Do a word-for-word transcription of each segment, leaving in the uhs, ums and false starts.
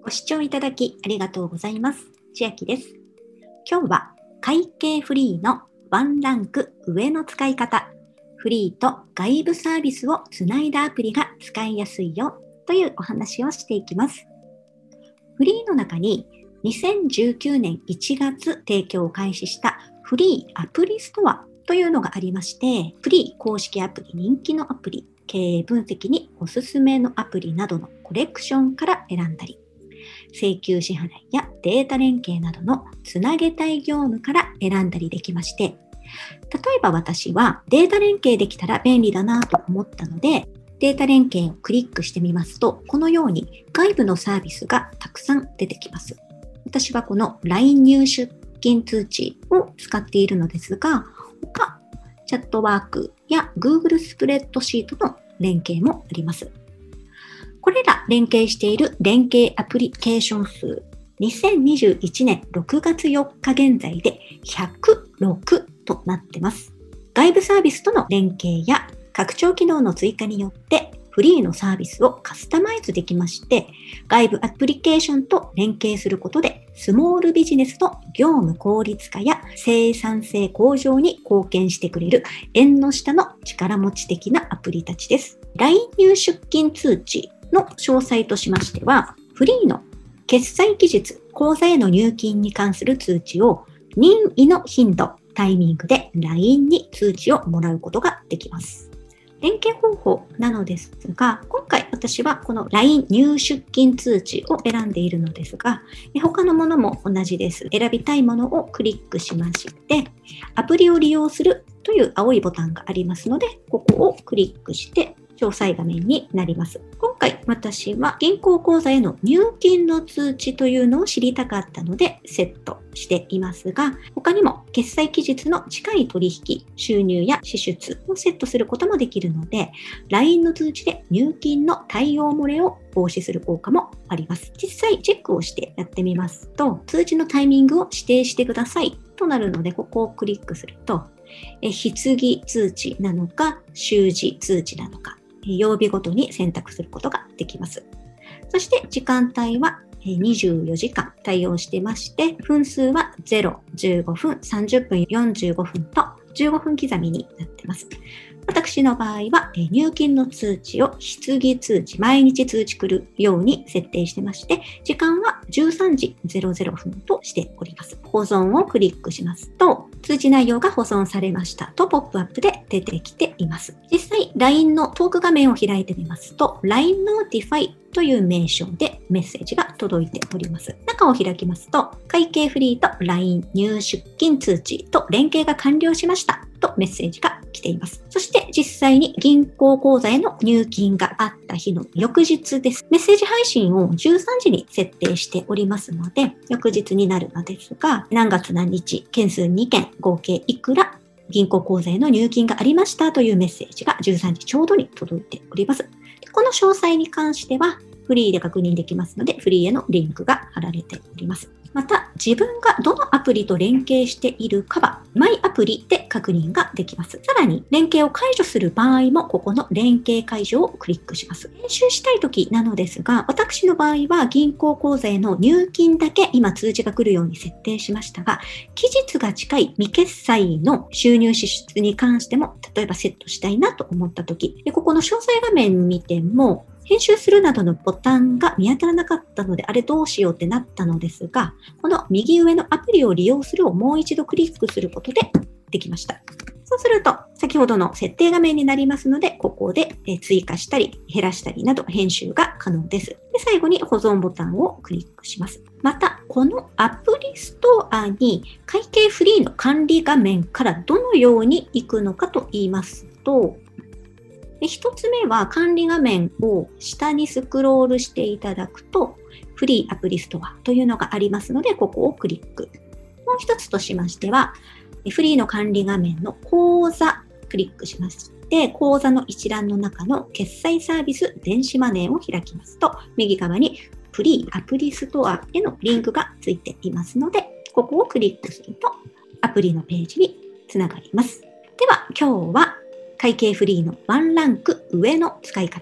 ご視聴いただきありがとうございます。千秋です。今日は会計フリーのワンランク上の使い方、フリーと外部サービスをつないだアプリが使いやすいよというお話をしていきます。フリーの中ににせんじゅうきゅうねんいちがつ提供を開始したフリーアプリストアというのがありまして、フリー公式アプリ、人気のアプリ、経営分析におすすめのアプリなどのコレクションから選んだり、請求支払いやデータ連携などのつなげたい業務から選んだりできまして、例えば私はデータ連携できたら便利だなと思ったので、データ連携をクリックしてみますと、このように外部のサービスがたくさん出てきます。私はこの ライン 入出金通知を使っているのですが、他、チャットワークや Google スプレッドシートの連携もあります。これら連携している連携アプリケーション数、にせんにじゅういちねんろくがつよっか現在でひゃくろくとなっています。外部サービスとの連携や拡張機能の追加によってフリーのサービスをカスタマイズできまして、外部アプリケーションと連携することでスモールビジネスの業務効率化や生産性向上に貢献してくれる縁の下の力持ち的なアプリたちです。ライン 入出金通知の詳細としましては、フリーの決済期日、口座への入金に関する通知を任意の頻度、タイミングで ライン に通知をもらうことができます。連携方法なのですが、今回私はこの ライン 入出金通知を選んでいるのですが、他のものも同じです。選びたいものをクリックしまして、アプリを利用するという青いボタンがありますので、ここをクリックして詳細画面になります。今回私は銀行口座への入金の通知というのを知りたかったのでセットしていますが、他にも決済期日の近い取引、収入や支出をセットすることもできるので、ライン の通知で入金の対応漏れを防止する効果もあります。実際チェックをしてやってみますと、通知のタイミングを指定してくださいとなるので、ここをクリックすると、え筆記通知なのか、週次通知なのか、曜日ごとに選択することができます。そして時間帯はにじゅうよじかん対応してまして、分数はゼロ、じゅうごふん、さんじゅっぷん、よんじゅうごふんとじゅうごふん刻みになっています。私の場合は入金の通知を筆記通知、毎日通知来るように設定してまして、時間はじゅうさんじぜろぜろふんとしております。保存をクリックしますと、通知内容が保存されましたとポップアップで出てきています。実際 ライン のトーク画面を開いてみますと、ライン Notify という名称でメッセージが届いております。中を開きますと、会計フリーと ライン 入出金通知と連携が完了しましたとメッセージが来ています。そして実際に銀行口座への入金があった日の翌日です。メッセージ配信をじゅうさんじに設定しておりますので、翌日になるのですが、何月何日、件数にけん、合計いくら銀行口座への入金がありましたというメッセージがじゅうさんじちょうどに届いております。この詳細に関してはフリーで確認できますので、フリーへのリンクが貼られております。また、自分がどのアプリと連携しているかは、マイアプリで確認ができます。さらに、連携を解除する場合も、ここの連携解除をクリックします。編集したいときなのですが、私の場合は銀行口座への入金だけ今通知が来るように設定しましたが、期日が近い未決済の収入支出に関しても、例えばセットしたいなと思ったとき、ここの詳細画面見ても、編集するなどのボタンが見当たらなかったので、あれどうしようってなったのですが、この右上のアプリを利用するをもう一度クリックすることでできました。そうすると、先ほどの設定画面になりますので、ここで追加したり減らしたりなど編集が可能です。で、最後に保存ボタンをクリックします。また、このアプリストアに会計フリーの管理画面からどのように行くのかと言いますと、一つ目は管理画面を下にスクロールしていただくと、フリーアプリストアというのがありますので、ここをクリック。もう一つとしましては、フリーの管理画面の口座、クリックしまして、口座の一覧の中の決済サービス電子マネーを開きますと、右側にフリーアプリストアへのリンクがついていますので、ここをクリックすると、アプリのページにつながります。では、今日は会計フリーのワンランク上の使い方、フ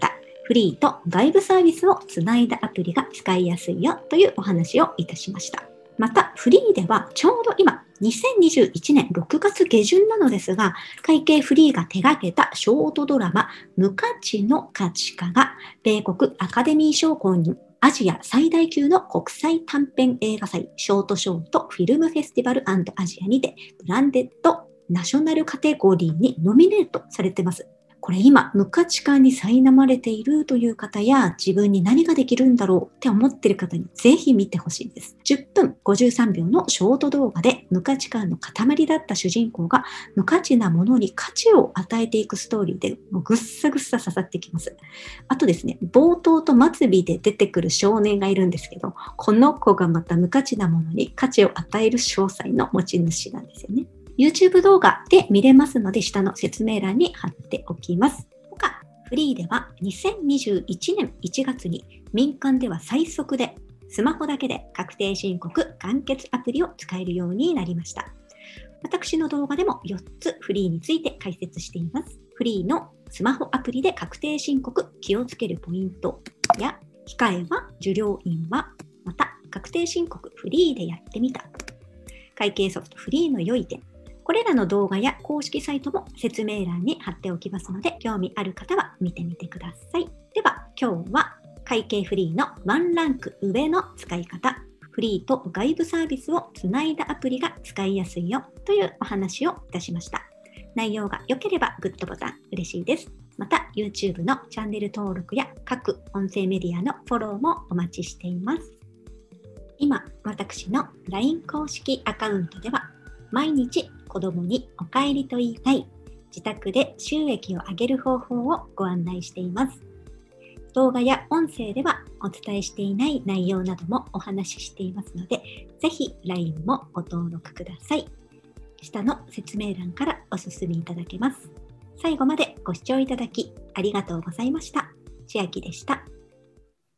フリーと外部サービスをつないだアプリが使いやすいよというお話をいたしました。また、フリーではちょうど今、にせんにじゅういちねんろくがつげじゅんなのですが、会計フリーが手掛けたショートドラマ、無価値の価値化が、米国アカデミー賞公認、アジア最大級の国際短編映画祭、ショートショートフィルムフェスティバル&アジアにて、ブランデッドナショナルカテゴリーにノミネートされています。これ今、無価値観に苛まれているという方や、自分に何ができるんだろうって思っている方にぜひ見てほしいです。じゅっぷんごじゅうさんびょうのショート動画で無価値観の塊だった主人公が無価値なものに価値を与えていくストーリーで、もうぐっさぐっさ刺さってきます。あとですね、冒頭と末尾で出てくる少年がいるんですけど、この子がまた無価値なものに価値を与える詳細の持ち主なんですよね。YouTube 動画で見れますので、下の説明欄に貼っておきます。他、フリーではにせんにじゅういちねんいちがつに民間では最速でスマホだけで確定申告完結アプリを使えるようになりました。私の動画でもよっつフリーについて解説しています。フリーのスマホアプリで確定申告、気をつけるポイントや、控えは、受領印は、また確定申告フリーでやってみた。会計ソフトフリーの良い点。これらの動画や公式サイトも説明欄に貼っておきますので、興味ある方は見てみてください。では、今日は会計フリーのワンランク上の使い方、フリーと外部サービスをつないだアプリが使いやすいよというお話をいたしました。内容が良ければグッドボタン嬉しいです。また YouTube のチャンネル登録や各音声メディアのフォローもお待ちしています。今、私の ライン 公式アカウントでは毎日子供にお帰りと言いたい、自宅で収益を上げる方法をご案内しています。動画や音声ではお伝えしていない内容などもお話ししていますので、ぜひ ライン もご登録ください。下の説明欄からお進みいただけます。最後までご視聴いただきありがとうございました。千秋でした。